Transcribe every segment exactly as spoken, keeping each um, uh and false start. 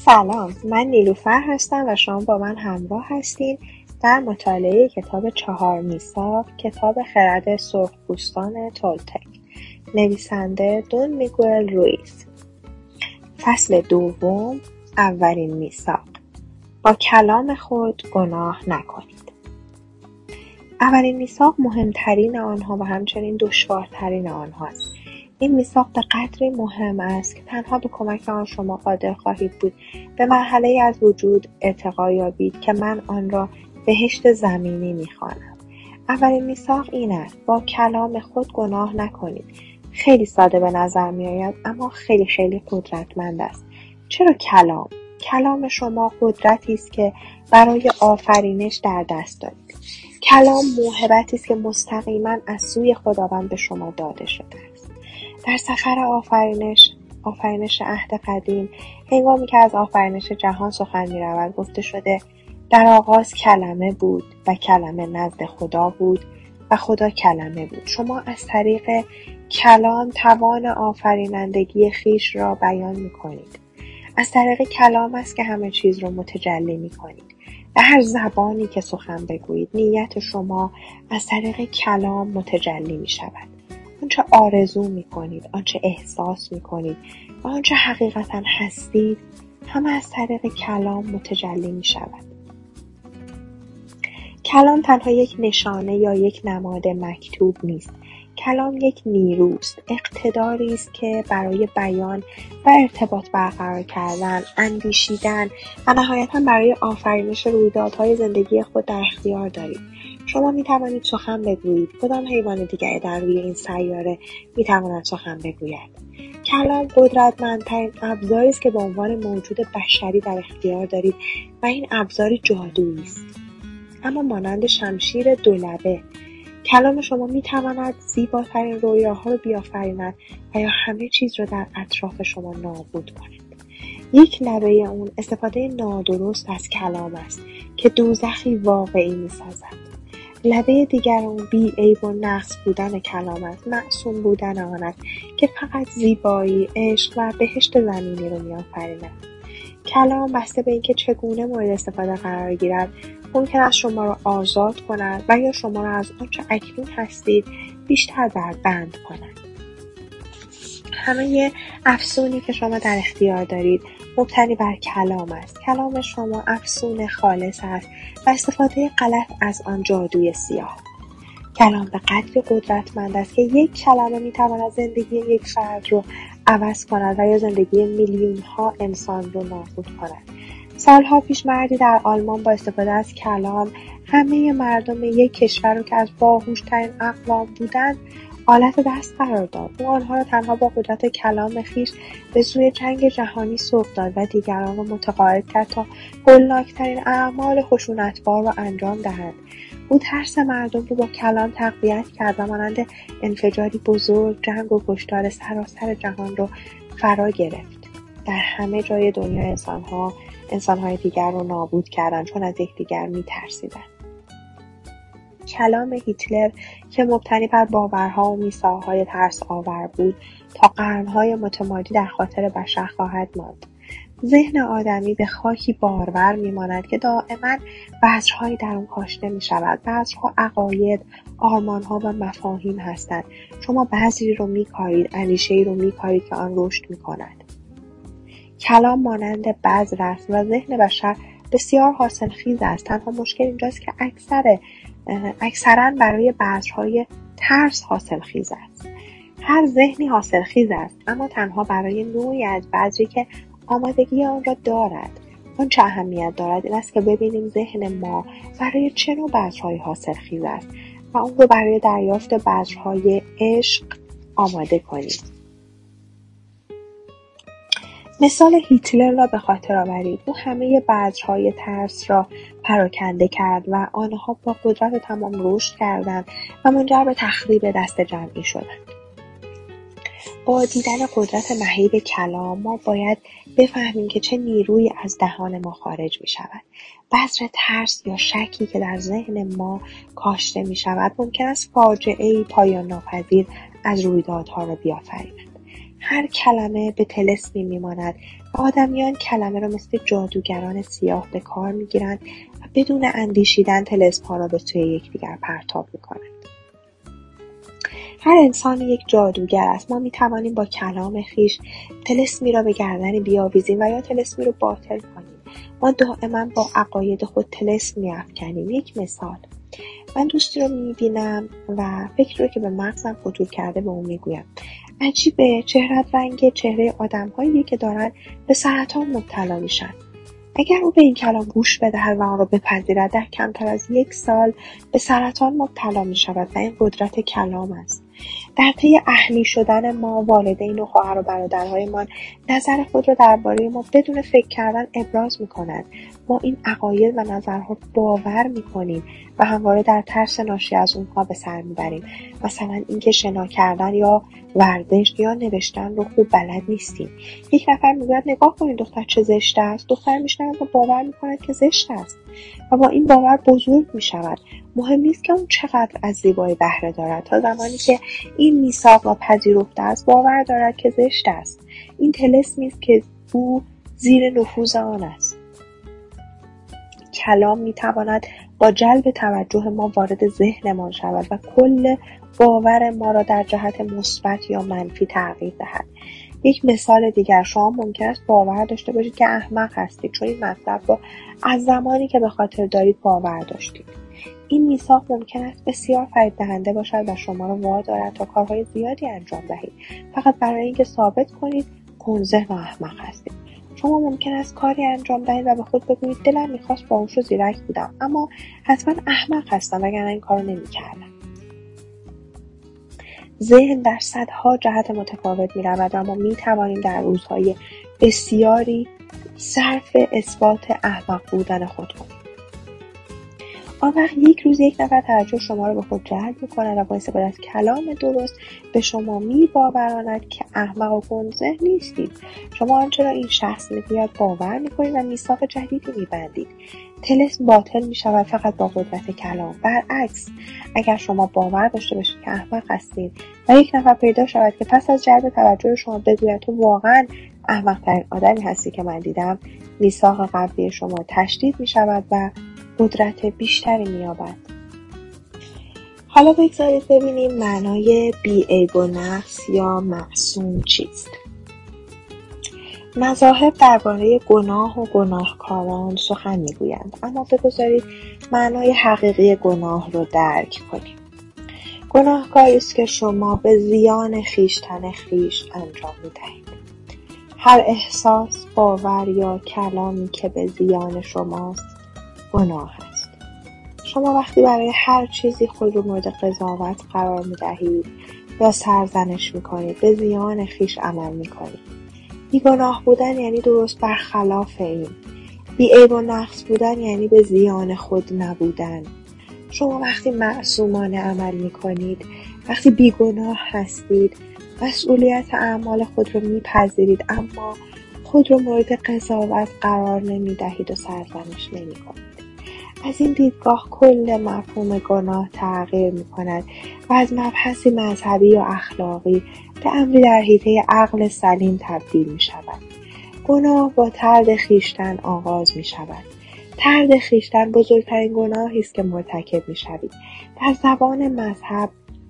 سلام، من نیلوفر هستم و شما با من همراه هستین در مطالعه کتاب چهار میثاق، کتاب خرد سرخپوستان تولتک، نویسنده دون میگوئل رویز. فصل دوم، اولین میثاق. با کلام خود گناه نکنید. اولین میثاق مهمترین آنها و همچنین دشوارترین آنهاست. این میثاق به قدری مهم است که تنها به کمک آن شما قادر خواهید بود به مرحله از وجود ارتقا یابید که من آن را بهشت زمینی می‌خوانم. اولین میثاق این است: با کلام خود گناه نکنید. خیلی ساده به نظر می‌آید اما خیلی خیلی قدرتمند است. چرا کلام؟ کلام شما قدرتی است که برای آفرینش در دست دارید. کلام موهبتی است که مستقیما از سوی خداوند به شما داده شده است. در سفر آفرینش، آفرینش عهد قدیم، هنگامی که از آفرینش جهان سخن می رود، گفته شده در آغاز کلمه بود و کلمه نزد خدا بود و خدا کلمه بود. شما از طریق کلام توان آفرینندگی خیش را بیان می کنید. از طریق کلام است که همه چیز را متجلی می کنید. در هر زبانی که سخن بگویید، نیت شما از طریق کلام متجلی می شود. آنچه آرزو می کنید، آنچه احساس می کنید و آنچه حقیقتا هستید، همه از طریق کلام متجلی می شود. کلام تنها یک نشانه یا یک نماد مکتوب نیست. کلام یک نیروست، اقتداری است که برای بیان و ارتباط برقرار کردن، اندیشیدن و نهایتاً برای آفرینش رویدادهای زندگی خود در اختیار دارید. شما می توانید سخن بگویید. کدام حیوان دیگری در روی این سیاره می تواند سخن بگوید؟ کلام قدرتمندترین ابزاری است که به عنوان موجود بشری در اختیار دارید و این ابزاری جادویی است. اما مانند شمشیر دولبه، کلام شما می تواند زیباترین رویاها رو بیافریند و یا همه چیز رو در اطراف شما نابود کند. یک لبه اون استفاده نادرست از کلام است که دوزخی واقعی می سازد. لبه دیگر اون بی عیب و نقص بودن کلام است، معصوم بودن آن است که فقط زیبایی، عشق و بهشت زمینی رو می آفریند. کلام بسته به اینکه چگونه مورد استفاده قرار گیرد، ممکن است شما را آزاد کند و یا شما را از آنچه اکنون هستید بیشتر در بند کند. همه افسونی که شما در اختیار دارید مبتنی بر کلام است. کلام شما افسون خالص است و استفاده غلط از آن جادوی سیاه. کلام به قدری قدرتمند است که یک کلمه میتواند زندگی یک فرد رو عوض کند و یا زندگی میلیون ها انسان رو نابود کند. سالها پیش مردی در آلمان با استفاده از کلام همه مردم یک کشور رو که از باهوشترین اقوام بودند آلت دست قرار داد. او آنها را تنها با قدرت کلام خویش به سوی جنگ جهانی سوق داد و دیگران را متقاعد کرد تا هولناکترین اعمال خشونتبار را انجام دهند. او ترس مردم رو با کلام تقویت کرد و مانند انفجاری بزرگ جنگ و کشتار سراسر جهان رو فرا گرفت. در همه جای دنیا انسانها انسانهای دیگر رو نابود کردند چون از یکدیگر می‌ترسیدند. کلام هیتلر که مبتنی بر باورها و میثاق‌های ترس آور بود تا قرن‌های متمادی در خاطر بشر خواهد ماند. ذهن آدمی به خاکی بارور می‌ماند که دائما بذرهایی در آن کاشته می‌شود. بذرها عقاید، آرمان‌ها و مفاهیم هستند. شما بذری رو می‌کارید، اندیشه‌ای رو می‌کارید که آن رشد می‌کند. کلام مانند بذر است و ذهن بشر بسیار حاصلخیز است. تنها مشکل اینجاست که اکثر اکثراً برای بذرهای ترس حاصلخیز است. هر ذهنی حاصلخیز است اما تنها برای نوعی از بذری که آمادگی آن را دارد. آن چه اهمیت دارد این است که ببینیم ذهن ما برای چه نوع بذرهایی حاصلخیز است و اون رو برای دریافت بذرهای عشق آماده کنیم. مثال هیتلر را به خاطر آورید. او همه بذرهای ترس را پراکنده کرد و آنها با قدرت تمام رشد کردند و منجر به تخریب دست جمعی شدند. با دیدن قدرت مهیب کلام ما باید بفهمیم که چه نیرویی از دهان ما خارج می شود. بذر ترس یا شکی که در ذهن ما کاشته می شود ممکن است فاجعه‌ای پایان ناپذیر از رویدادها را بیافریند. هر کلمه به طلسمی میماند و آدمیان کلمه را مثل جادوگران سیاه به کار میگیرند و بدون اندیشیدن طلسم‌ها را به سوی یکدیگر پرتاب میکنند. هر انسان یک جادوگر است. ما میتوانیم با کلام خویش طلسمی را به گردنی بیاویزیم و یا طلسمی را باطل کنیم. ما دائما با عقاید خود طلسم میافکنیم. یک مثال: من دوستی رو میبینم و فکر رو که به مغزم خطور کرده به اون میگویم. عجیبه، چهره‌ت رنگ چهره آدم‌هایی که دارن به سرطان مبتلا میشن. اگر او به این کلام گوش بدهد و آن را بپذیرد، در کمتر از یک سال به سرطان مبتلا می شود و این قدرت کلام است. در طی اهلی شدن ما، والدین و خواهر و برادرهایمان نظر خود را درباره ما بدون فکر کردن ابراز می کنند. ما این عقاید و نظرها باور می کنیم و همواره در ترس ناشی از اونها به سر می بریم. مثلا اینکه شنا کردن یا ورزش یا نوشتن رو خوب بلد نیستیم. یک نفر میگوید نگاه کنید دختر چه زشت است. دختر میشنود و باور میکند که زشت است و با این باور بزرگ میشود. مهم نیست که اون چقدر از زیبایی بهره دارد، تا زمانی که این میثاق را پذیرفته است باور دارد که زشت است. این طلسمی است که او زیر نفوذ آن است. کلام میتواند با جلب توجه ما وارد ذهنمان شود و کل باور ما را در جهت مثبت یا منفی تغییر دهد. یک مثال دیگر: شما ممکن است باور داشته باشید که احمق هستید چون این مطلب را از زمانی که به خاطر دارید باور داشتید. این میثاق ممکن است بسیار فریب دهنده باشد و شما را وادارد تا کارهای زیادی انجام دهید فقط برای اینکه ثابت کنید کندذهن و احمق هستید. شما ممکن است کاری انجام دهید و به خود بگویید دلم میخواست باهوش و زیرک بودم، اما حتما احمق هستم وگرنه این کارو نمیکردم. ذهن در صدها جهت متفاوت می رود و ما می توانیم در روزهای بسیاری صرف اثبات احمق بودن خود کنیم. آن وقت یک روز یک نفر توجه شما را به خود جلب می کند و با استفاده از کلام درست به شما می باوراند که احمق و کندذهن نیستید. شما آنچه را این شخص می گوید باور می کنید و میثاق جدیدی می بندید. طلسم باطل می شود فقط با قدرت کلام. برعکس، اگر شما باور داشته باشید که احمق هستید و یک نفر پیدا شود که پس از جلب توجه شما بگوید تو واقعا احمق ترین آدمی هستی که من دیدم، میثاق قبلی شما تشدید می شود و قدرت بیشتری می یابد. حالا بگذارید ببینیم معنای بی‌عیب و نقص یا معصوم چیست. مذاهب درباره گناه و گناهکاران سخن میگویند، اما بگذارید معنای حقیقی گناه رو درک کنیم. گناهکاری است که شما به زیان خویشتن خویش انجام میدهید. هر احساس، باور یا کلامی که به زیان شماست گناه است. شما وقتی برای هر چیزی خود رو مورد قضاوت قرار میدهید یا سرزنش میکنید به زیان خویش عمل میکنید. بیگناه بودن یعنی درست برخلاف این. بی‌عیب و نقص بودن یعنی به زیان خود نبودن. شما وقتی معصومانه عمل میکنید، وقتی بیگناه هستید، مسئولیت اعمال خود رو میپذیرید اما خود رو مورد قضاوت قرار نمیدهید و سرزنش نمیکنید. از این دیدگاه کل مفهوم گناه تغییر میکند و از مبحثی مذهبی یا اخلاقی به امری در حیطه عقل سلیم تبدیل می شود. گناه با طرد خویشتن آغاز می شود. طرد خویشتن بزرگترین گناهی است که مرتکب می شوید. در زبان مذهب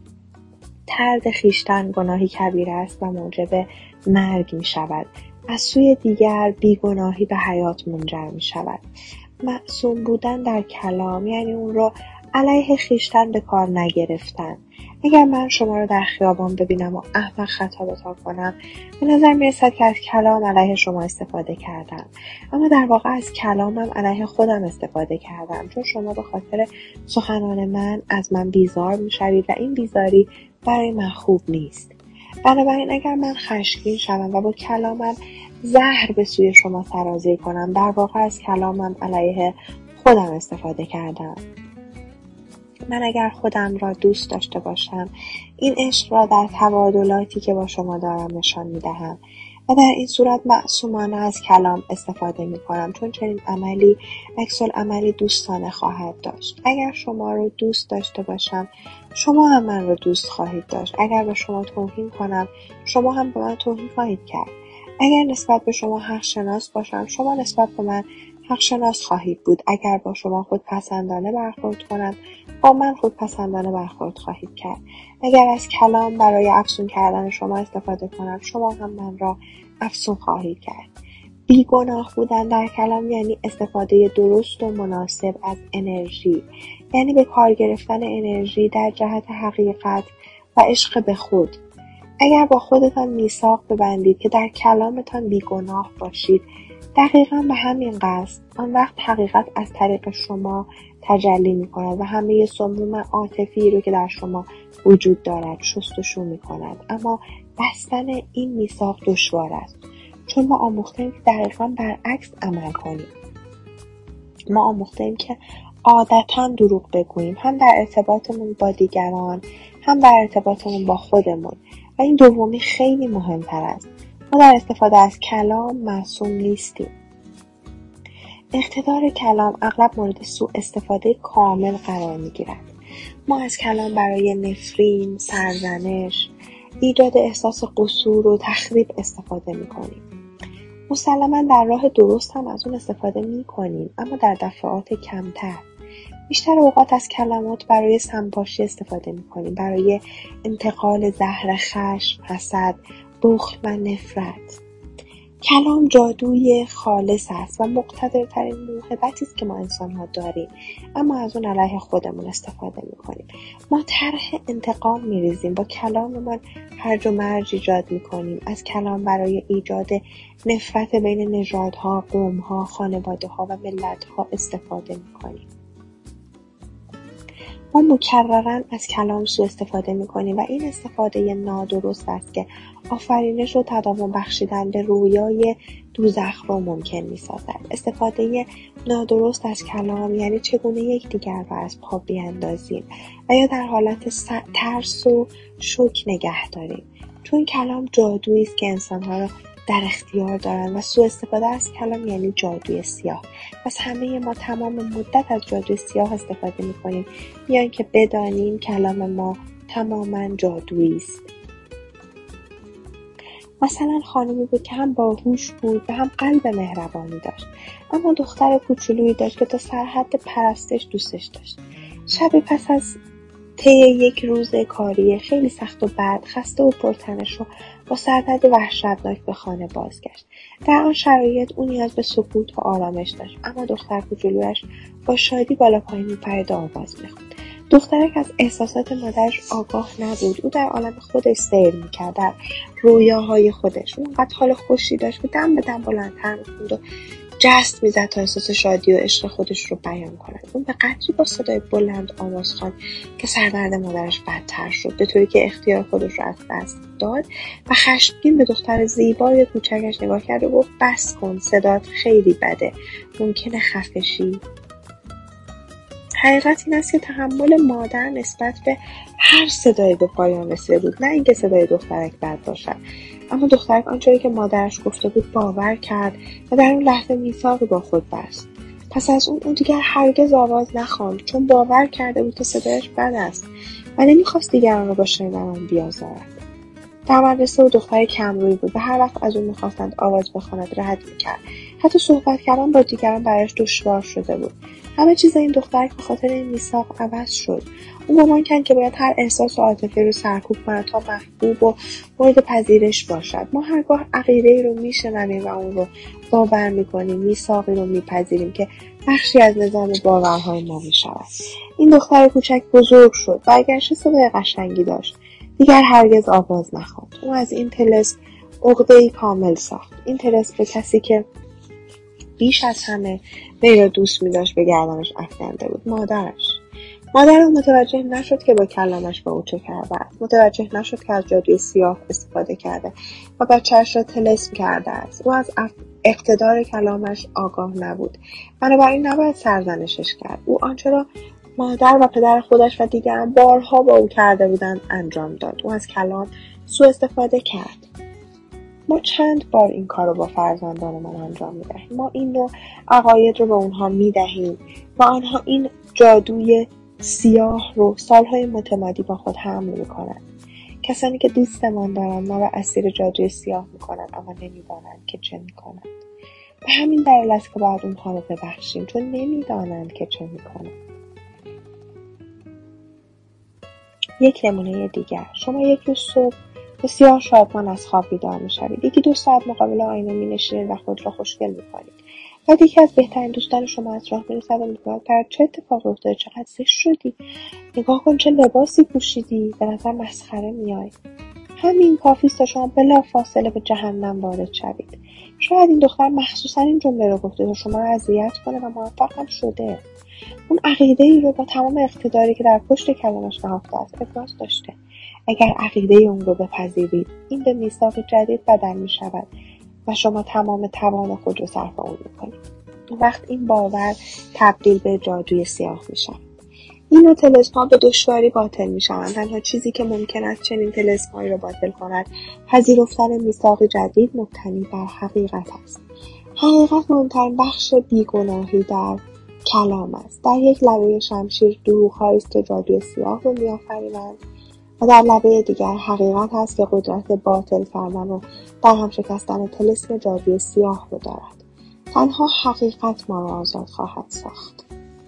طرد خویشتن گناهی کبیره است و موجب مرگ می شود. از سوی دیگر بیگناهی به حیات منجر می شود. معصوم بودن در کلام یعنی اون رو علیه خویشتن به کار نگرفتن. اگر من شما رو در خیابان ببینم و احمق خطابتان کنم، به نظر میرسد که از کلام علیه شما استفاده کردم، اما در واقع از کلامم علیه خودم استفاده کردم، چون شما به خاطر سخنان من از من بیزار میشوید و این بیزاری برای من خوب نیست. بنابراین اگر من خشمگین شوم و با کلامم زهر به سوی شما سرازیر کنم، در واقع از کلامم علیه خودم استفاده کردم. من اگر خودم را دوست داشته باشم، این عشق را در تبادلاتی که با شما دارم نشان میدهم و در این صورت معصومانه از کلام استفاده می کنم، چون چنین عملی عکس العملی دوستانه خواهد داشت. اگر شما رو دوست داشته باشم، شما هم من رو دوست خواهید داشت. اگر به شما توهین کنم، شما هم به من توهین خواهید کرد. اگر نسبت به شما حق شناس باشم، شما نسبت به من حق شناس خواهید بود. اگر با شما خودپسندانه برخورد کنم، با من خودپسندانه برخورد خواهید کرد. اگر از کلام برای افزون کردن شما استفاده کنم، شما هم من را افزون خواهید کرد. بیگناه بودن در کلام یعنی استفاده درست و مناسب از انرژی، یعنی به کار گرفتن انرژی در جهت حقیقت و عشق به خود. اگر با خودتان میثاق ببندید که در کلامتان بیگناه باشید، دقیقاً به همین قصد، آن وقت حقیقت از طریق شما تجلی می کند و همه سموم عاطفی رو که در شما وجود دارد شستشو می کند. اما بستن این میثاق دشوار است، چون ما آموختیم که دقیقاً برعکس عمل کنیم. ما آموختیم که عادتاً دروغ بگوییم، هم در ارتباطمون با دیگران، هم در ارتباطمون با خودمون، و این دومی خیلی مهمتر است. ما در استفاده از کلام معصوم نیستیم. اقتدار کلام اغلب مورد سوء استفاده کامل قرار می‌گیرد. ما از کلام برای نفرین، سرزنش، ایجاد احساس قصور و تخریب استفاده می‌کنیم. مسلماً در راه درست هم از اون استفاده می‌کنیم، اما در دفعات کمتر. بیشتر اوقات از کلمات برای سمپاشی استفاده می‌کنیم، برای انتقال زهر خشم، حسد، بخل و نفرت. کلام جادوی خالص است و مقتدرترین موهبتی است که ما انسان‌ها داریم، اما از اون علیه خودمون استفاده می‌کنیم. ما طرح انتقام می‌ریزیم، با کلاممون هرج و مرج ایجاد می‌کنیم. از کلام برای ایجاد نفرت بین نژادها، قوم‌ها، خانواده‌ها و ملت‌ها استفاده می‌کنیم. ما مکرراً از کلام سوء استفاده می‌کنیم و این استفاده نادرست است که آفرینش و تداوم بخشیدن به رویای دوزخ رو ممکن می‌سازد. استفاده نادرست از کلام یعنی چگونه یکدیگر را از پا بیاندازیم و یا در حالت ترس و شوک نگه داریم. چون کلام جادویی است که انسان‌ها را در اختیار دارند و سوء استفاده از کلام یعنی جادوی سیاه. پس همه ما تمام مدت از جادوی سیاه استفاده می‌کنیم، بیان که بدانیم کلام ما تماماً جادویی است. مثلا خانمی بود که هم باهوش بود و هم قلب مهربانی داشت، اما دختر کوچولویی داشت که تا سرحد پرستش دوستش داشت. شبی پس از طی یک روز کاری خیلی سخت و بد، خسته و پرتنش و با سردرد وحشتناک به خانه بازگشت. در آن شرایط او نیاز به سکوت و آرامش داشت، اما دختر کوچولویش با شادی بالا پایین می‌پرید و آواز می‌خواند. دخترک از احساسات مادرش آگاه نبود. او در عالم خودش سیر می‌کرد، در رویاهای خودش. او انقدر حال خوشی داشت که دم به دم بلندتر می‌خوند و جست می‌زد تا احساس شادی و عشق خودش رو بیان کند. اون به قدری با صدای بلند آواز خواند که سردرد مادرش بدتر شد، به طوری که اختیار خودش رو از دست داد و خشمگین به دختر زیبای کوچکش نگاه کرد و گفت بس کن، صدات خیلی بده، ممکنه خفه شی. حقیقت این است که تحمل مادر نسبت به هر صدایی به پایان رسیده بود، نه اینکه صدای دخترک بد باشد. اما دخترک آنچه که مادرش گفته بود باور کرد و در اون لحظه میثاقی با خود بست. پس از اون اون دیگر هرگز آواز نخواند، چون باور کرده بود که صدایش بد است و نمیخواست دیگران را با شنیدن آن بیازارد. در مدرسه او دختر کمرویی بود و هر وقت از اون میخواستند آواز بخواند رد میکرد. حتی صحبت کردن با دیگران برایش دشوار شده بود. همه چیز این دختر به خاطر این میثاق عوض شد. او گمان کرد که باید هر احساس و عاطفه رو سرکوب کند تا محبوب و مورد پذیرش باشد. ما هرگاه عقیده‌ای رو میشنویم و اون رو باور میکنیم، میثاقی رو میپذیریم که بخشی از نظام باورهای ما میشود. این دختر کوچک بزرگ شد و اگرچه صدای قشنگی داشت، دیگر هرگز آواز نخواند. او از این طلسم عقده‌ای کامل ساخت. این طلسم به کسی که بیش از همه وی را دوست می‌داشت به گردنش افکنده بود، مادرش. مادر او متوجه نشد که با کلامش با او چه کرده است. متوجه نشد که از جادوی سیاه استفاده کرده و بچه‌اش را طلسم کرده است. او از اقتدار کلامش آگاه نبود، بنابراین نباید سرزنشش کرد. او آنچه را مادر و پدر خودش و دیگران بارها با او کرده بودند انجام داد. او از کلام سوء استفاده کرد. ما چند بار این کار رو با فرزندانمان انجام می‌دهیم. ما این نوع عقاید رو به اونها می‌دهیم و آنها این جادوی سیاه رو سالهای متمادی با خود حمل می‌کنند. کسانی که دوستمان دارند ما را اسیر جادوی سیاه میکنند اما نمیدانند که چه میکنند. به همین دلیل است که باید اونها رو ببخشیم، چون نمیدانند که چه میکنند. یک نمونه دیگر، شما یک روز صبح بسیار شادمان از خواب بیدار میشوید. یکی دو ساعت مقابل آینه مینشینید و خود را خوشگل میکنید. بعد یکی از بهترین دوستان شما از راه میرسد و میگوید پر چه اتفاقی افتاده؟ چقدر زشت شدی؟ نگاه کن چه لباسی پوشیدی؟ به نظر مسخره میای. همین کافی است تا شما بلافاصله به جهنم وارد شوید. شاید این دختر مخصوصا این جمله رو گفته تا شما رو اذیت کنه و موفق هم شده. اون عقیده ای رو با تمام اقتداری که در پشت کلامش نهفته است ابراز داشته. اگر عقیده اون رو بپذیرید، این به میثاق جدید بدل می شود و شما تمام توان خود رو صرف اون می کنید. وقت این باور تبدیل به جادوی سیاه می شود. این نوع طلسم‌ها به دشواری باطل می شوند. تنها چیزی که ممکن است چنین طلسم‌هایی را باطل کند پذیرفتن میثاق جدید مبتنی بر حقیقت است. حقیقت مهمترین بخش بیگناهی در کلام است. در یک لبه شمشیر دروغ‌هایی است که جادوی سیاه رو می‌آفرینند و در لبه دیگر حقیقت است که قدرت باطل کردن و در هم شکستن طلسم جادوی سیاه رو دارد. تنها حقیقت ما را آزاد خواهد ساخت.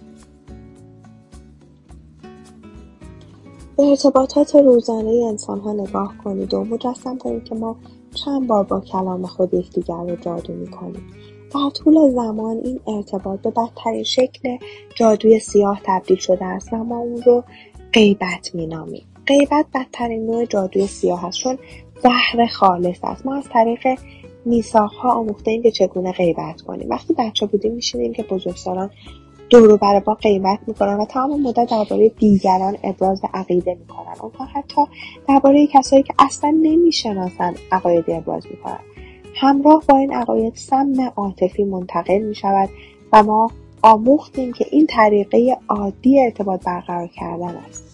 به ارتباطات روزانه انسان‌ها نگاه کنید و مجسم کنید که ما چند بار با کلام خود یکدیگر رو جادو می‌کنیم. در طول زمان این ارتباط به بدترین شکل جادوی سیاه تبدیل شده است و ما اون رو غیبت می‌نامیم. غیبت بدترین نوع جادوی سیاه است چون زهر خالص است. ما از طریق میثاق‌ها آموخته‌ایم که چگونه غیبت کنیم. وقتی بچه بودیم می‌شنیدیم که بزرگسالان دور و بر ما غیبت میکنن و تمام مدت درباره دیگران ابراز عقیده میکنن. اونها حتی درباره کسایی که اصلا نمیشناسن عقایدی ابراز میکنن. همراه با این عقاید سم عاطفی منتقل میشود و ما آموختیم که این طریقه عادی ارتباط برقرار کردن است.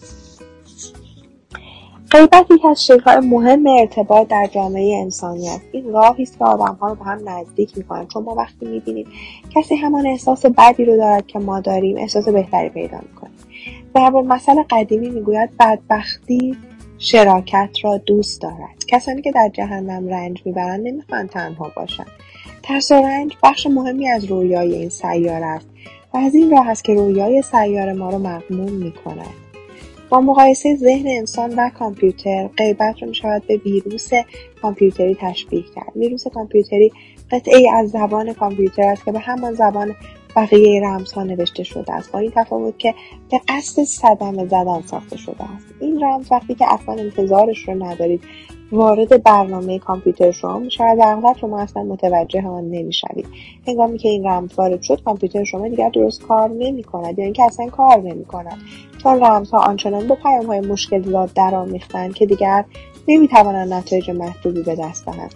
غیبت یکی از شکل‌های مهم ارتباط در جامعه انسانی است. این راهی است که آدم‌ها رو به هم نزدیک می‌کند. چون ما وقتی می‌بینیم کسی همان احساس بدی رو دارد که ما داریم، احساس بهتری پیدا می‌کنیم. ضرب المثل قدیمی می‌گوید بدبختی شراکت را دوست دارد. کسانی که در جهنم رنج می‌برند نمی‌خواهند تنها باشند. ترس و رنج بخش مهمی از رویای این سیاره است و از این راه است که رویای سیاره ما رو مغموم می‌کند. با مقایسه ذهن انسان و کامپیوتر، غیبت رو می‌شود به ویروس کامپیوتری تشبیه کرد. ویروس کامپیوتری قطعه‌ای از زبان کامپیوتر است که به همان زبان بقیه رمزها نوشته شده است، با این تفاوت که به قصد صدمه زدن ساخته شده است. این رمز وقتی که اصلا انتظارش رو ندارید وارد برنامه کامپیوتر شما می‌شود و اغلب شما اصلا متوجه آن نمی‌شوید. هنگامی که این رمز وارد شد، کامپیوتر شما دیگر درست کار نمی‌کند یا اینکه اصلا کار نمی‌کند. چون رمزها آنچنان با پیام‌های مشکل‌زا درآمیخته‌اند که دیگر نمی‌توانند نتایج مطلوبی به دست دهند.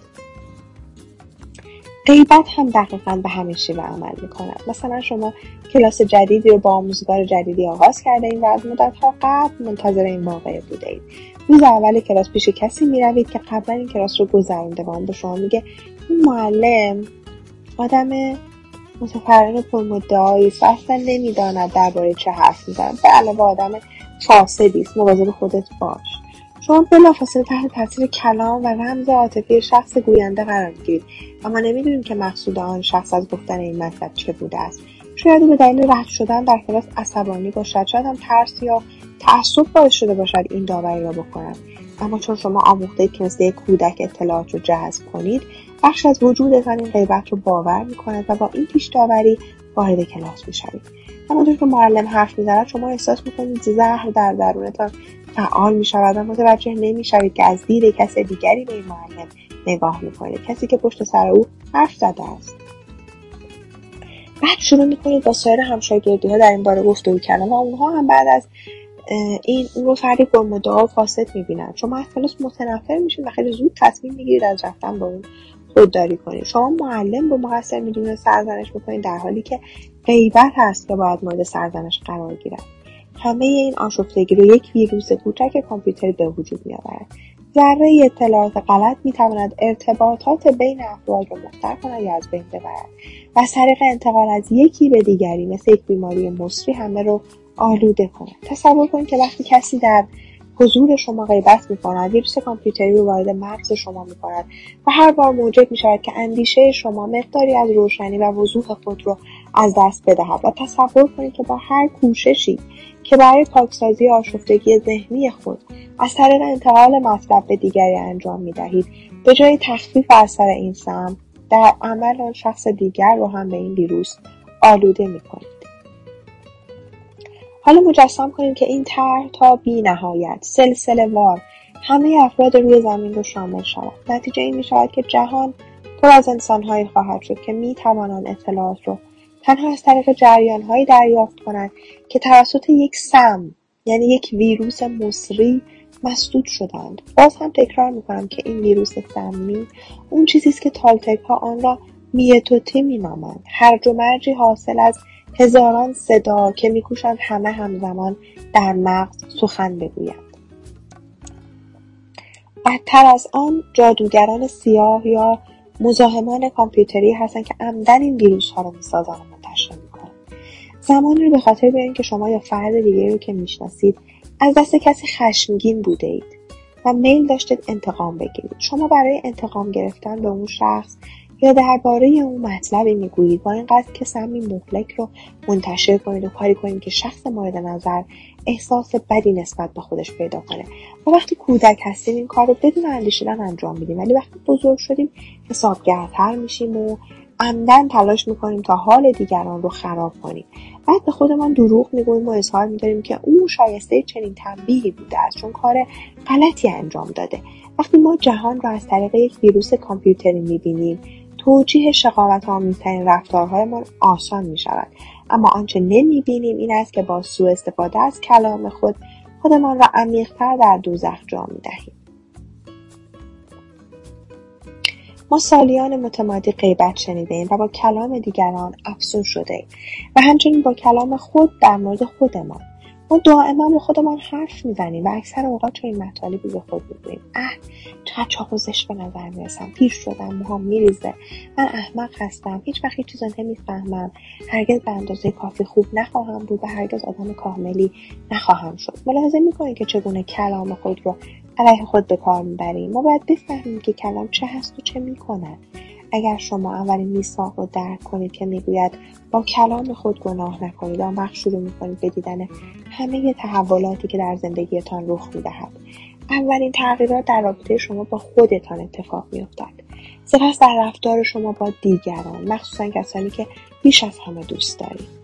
غیبت هم دقیقاً به همین شیوه عمل می‌کند. مثلا شما کلاس جدیدی رو با آموزگار جدیدی آغاز کرده‌اید و از مدت‌ها قبل منتظر این واقعه بوده‌اید. روز اول کلاس پیش کسی می‌روید که قبلا این کلاس رو گذرونده و اون به شما میگه این معلم آدم متفرن و پرمدعایی است و اصلا نمی‌داند درباره چه حرف می‌زند. به علاوه آدم فاسدی است، مواظب خودت باش. شما بلافاصله تحت تاثیر کلام و رمز عاطفی شخص گوینده قرار می‌گیرید، اما نمی‌دونید که مقصود آن شخص از گفتن این مطلب چه بوده است. شاید به دلیل رد شدن در کلاس عصبانی باشد، شاید هم ترس یا تعصب باعث شده باشد این داوری را بکند. اما چون شما آموخته‌اید که مثل یک کودک اطلاعات رو جذب کنید، بخش از وجودتان این غیبت رو باور می‌کند و با این پیش داوری وارد کلاس می‌شوید. همانطور که معلم حرف می‌زند، شما احساس می‌کنید زهر در درونتان فعال می‌شود و متوجه نمی‌شوید که از دید کس دیگری به این معلم نگاه می‌کنید، کسی که پشت سر او حرف زده است. بعد شروع می‌کنید با سایر همشاگردی‌ها در این باره گفتگو کردن و اونها هم بعد از این اون رو فردی پرمدعا و فاسد می‌بینند. شما از کلاس متنفر می‌شید و خیلی زود تصمیم می‌گیرید از رفتن با اون خودداری کنید. شما معلم رو مقصر می‌دونید و سرزنش می‌کنید، در حالی که غیبت هست که باید مورد سرزنش قرار گیرد. همه این آشفتگی رو یک ویروس کوچک کامپیوتری به وجود می‌آورد. ذره اطلاعات غلط می‌تواند ارتباطات بین افراد را مختل کند یا از بین ببرد و از طریق انتقال از یکی به دیگری مثل یک بیماری مسری همه رو آلوده کند. تصور کنید که وقتی کسی در حضور شما غیبت می‌کند، ویروس کامپیوتری رو وارد مغز شما می‌کند و هر بار موجب می‌شود که اندیشه شما مقداری از روشنی و وضوح خود رو از دست بدهد و تصور کنید که با هر کوششی که برای پاکسازی آشفتگی ذهنی خود از طریق انتقال مطلب به دیگری انجام می‌دهید، به جای تخفیف اثر این سم، در عمل آن شخص دیگر رو هم به این ویروس آلوده می‌کنید. حالا مجسم کنیم که این طرح تا بی نهایت سلسله وار همه افراد روی زمین رو شامل شود. نتیجه این می شود که جهان پر از انسان‌هایی خواهد شد که می توانند اطلاعات رو تنها از طریق جریان‌هایی دریافت کنند که توسط یک سم، یعنی یک ویروس مصری، مسدود شدند. باز هم تکرار می کنم که این ویروس سمی اون چیزی است که تالتک‌ها آن را میتوته می نامند، هرج و مرجی حاصل از هزاران صدا که میکوشند همه همزمان در مغز سخن بگویند. بدتر از آن جادوگران سیاه یا مزاحمان کامپیوتری هستند که عمدن این ویروس ها رو میسازن و منتشر میکنن. زمانی رو به خاطر بیارین که شما یا فرد دیگری رو که میشناسید از دست کسی خشمگین بوده اید و میل داشتید انتقام بگیرید. شما برای انتقام گرفتن به اون شخص یا درباره اون مطلبی میگویید با این قصد که سمی مهلک رو منتشر کنید و کاری کنید که شخص مورد نظر احساس بدی نسبت به خودش پیدا کنه. و وقتی کودک هستیم این کار رو بدون اندیشیدن انجام میدیم، ولی وقتی بزرگ شدیم حسابگرتر میشیم و عمدن تلاش میکنیم تا حال دیگران رو خراب کنیم. بعد به خودمان دروغ میگوییم و اظهار میداریم که اون شایسته چنین تنبیهی بوده است چون کار غلطی انجام داده. وقتی ما جهان رو از طریق یک ویروس کامپیوتری میبینیم، توجیه شقاوت‌آمیزترین رفتارهایمان آسان می‌شود، اما آنچه نمی‌بینیم این است که با سوء استفاده از کلام خود خودمان را عمیق‌تر در دوزخ جا می‌دهیم. ما سالیان متمادی غیبت شنیده‌ایم و با کلام دیگران افسون شده‌ایم و همچنین با کلام خود در مورد خودمان. ما دائما با خودمان حرف میزنیم و اکثر اوقات چنین مطالبی به خود میگوییم: اه چقدر چاق و زشت به نظر میرسم، پیر شدم، موهام میریزه، من احمق هستم، هیچ وقت هیچ چیزا نمیفهمم، هرگز به اندازه کافی خوب نخواهم بود و هرگز آدم کاملی نخواهم شد. ملاحظه میکنید که چگونه کلام خود رو علیه خود به کار میبریم. ما باید بفهمیم که کلام چه هست و چه میکند. اگر شما اولین میثاق رو درک کنید که میگوید با کلام خود گناه نکنید، آن وقت شروع میکنید به دیدن همه تحولاتی که در زندگیتان رخ میدهد. اولین تغییرات در رابطه شما با خودتان اتفاق میافتد، سپس در رفتار شما با دیگران، مخصوصا کسانی که بیش از همه دوست دارید.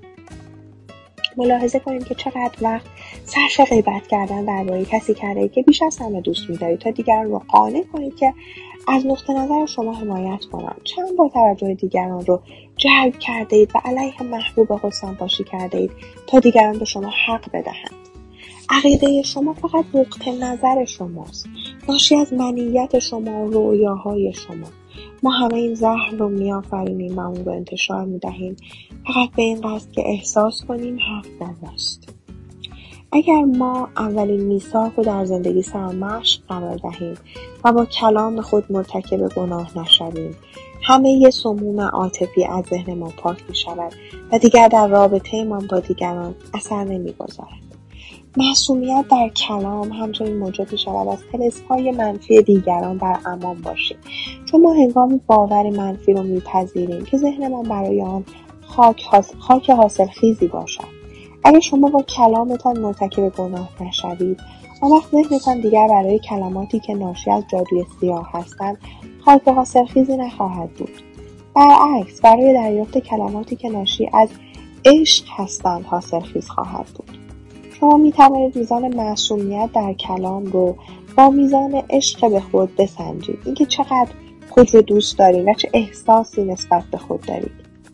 ملاحظه کنید که چقدر وقت صرف غیبت کردن درباره کسی کردید که بیش از همه دوست می‌دارید تا دیگران رو قانع کنید که از نقطه نظر شما حمایت کنند. چند بار توجه دیگران رو جلب کرده اید و علیه محبوب خود سمپاشی کرده اید تا دیگران به شما حق بدهند. عقیده شما فقط نقطه نظر شماست، ناشی از منیت شما و رویاهای شما. ما همه این زهر رو میآفرینیم و اون رو انتشار میدهیم فقط به این قصد که احساس کنیم حق با ماست. اگر ما اولین میثاق رو در زندگی سرمشق قرار دهیم و با کلام خود مرتکب گناه نشویم، همه ی سموم عاطفی از ذهن ما پاک می شود و دیگر در رابطه ما با دیگران اثر نمی گذارد. معصومیت در کلام همچنین موجب می شود از طلسم‌های منفی دیگران در امان باشیم، چون ما هنگام باور منفی رو می پذیریم که ذهنمان برای آن خاک, حاصل، خاک حاصل خیزی باشد. اگر شما با کلامتان مرتکب گناه نشوید، آن وقت ذهنتان دیگر برای کلماتی که ناشی از جادوی سیاه هستند خاک حاصل خیزی نخواهد بود. برعکس، برای دریافت کلماتی که ناشی از عشق هستند حاصل خیز خواهد بود. شما می توانید میزان معصومیت در کلام رو با میزان عشق به خود بسنجید، اینکه چقدر خود رو دوست دارید و چه احساسی نسبت به خود دارید.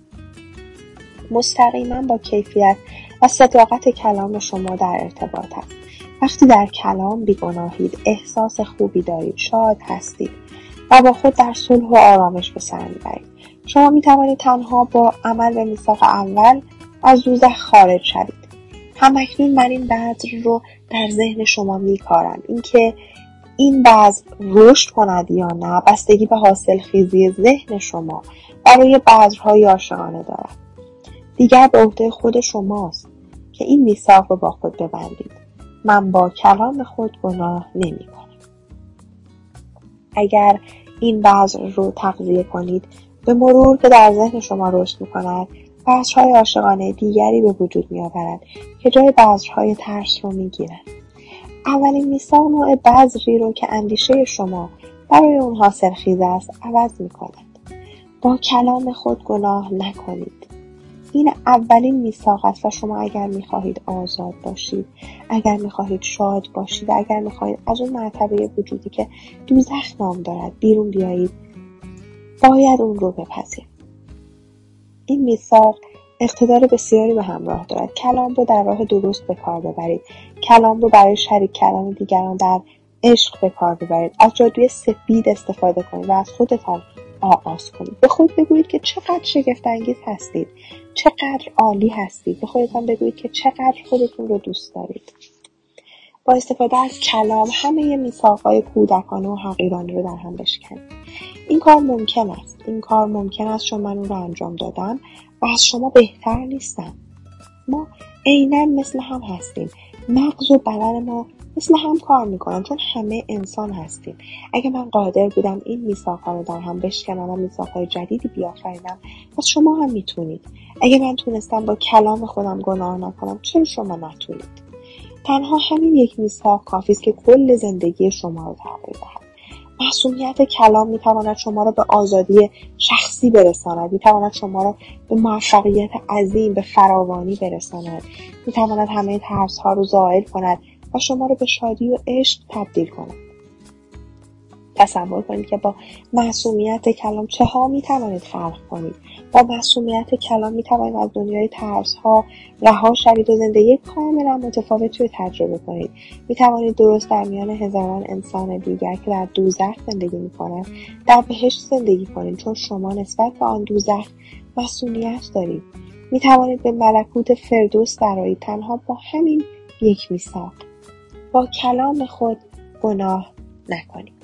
مستقیما با کیفیت و صداقت کلام شما در ارتباط است. وقتی در کلام بیگناهید، احساس خوبی دارید، شاد هستید و با خود در صلح و آرامش به سر میبرید. شما می توانید تنها با عمل به میثاق اول از دوزخ خارج شوید. همکنون من این بذر رو در ذهن شما میکارم. اینکه این بذر رشد کند یا نه بستگی به حاصل خیزی ذهن شما برای بذرهای عاشقانه دارد. دیگر به عهده خود شماست که این میثاق رو با خود ببندید. من با کلام خود گناه نمی کنم. اگر این بذر رو تغذیه کنید، به مرور که در ذهن شما رشد می کند، بذرهای عاشقانه دیگری به وجود می آورد که جای بذرهای ترس رو می گیرند. اولین میثاق نوع بذری رو که اندیشه شما برای اون حاصلخیز است عوض می کند. با کلام خود گناه نکنید. این اولین میثاق است و شما اگر می‌خواهید آزاد باشید، اگر می‌خواهید شاد باشید، اگر می‌خواهید از اون مرتبه وجودی که دوزخ نام دارد بیرون بیایید، باید اون رو بپذیرید. این میثاق اقتدار بسیاری به همراه دارد. کلام رو در راه درست به کار ببرید. کلام رو برای شریک کردن دیگران در عشق به کار ببرید. از جادوی سفید استفاده کنید و از خودتان آغاز کنید. به خود بگویید که چقدر شگفت انگیز هستید، چقدر عالی هستید. به خودتان بگویید که چقدر خودتون رو دوست دارید. با استفاده از کلام همه میثاق‌های کودکانه و حقیرانه رو در هم بشکنید. این کار ممکن است. این کار ممکن است چون من اون رو انجام دادم و از شما بهتر نیستم. ما عیناً مثل هم هستیم. مغز و بدن ما مثل هم کار میکنن چون همه انسان هستیم. اگه من قادر بودم این میثاق‌ها رو در هم بشکنم و میثاق‌های جدیدی بیافرینم، پس شما هم میتونید. اگه من تونستم با کلام خودم گناه نکنم، چرا شما نتونید؟ تنها همین یک میثاق کافی است که کل زندگی شما رو تغییر دهد. معصومیت کلام میتواند شما را به آزادی شخصی برساند، میتواند شما را به موفقیت عظیم، به فراوانی برساند، میتواند همه ترس‌ها رو زائل کند و شما را به شادی و عشق تبدیل کند. تصور کنید که با معصومیت کلام چه ها میتوانید خلق کنید. با معصومیت کلام میتوانید از دنیای ترس‌ها رها شوید و زندگی کاملا متفاوتی رو تجربه کنید. میتوانید درست در میان هزاران انسان دیگر که در دوزخ زندگی میکنند در بهشت زندگی کنید، چون شما نسبت به آن دوزخ مسئولیت دارید. میتوانید به ملکوت فردوس درآیید تنها با همین یک میثاق. با کلام خود گناه نکنید.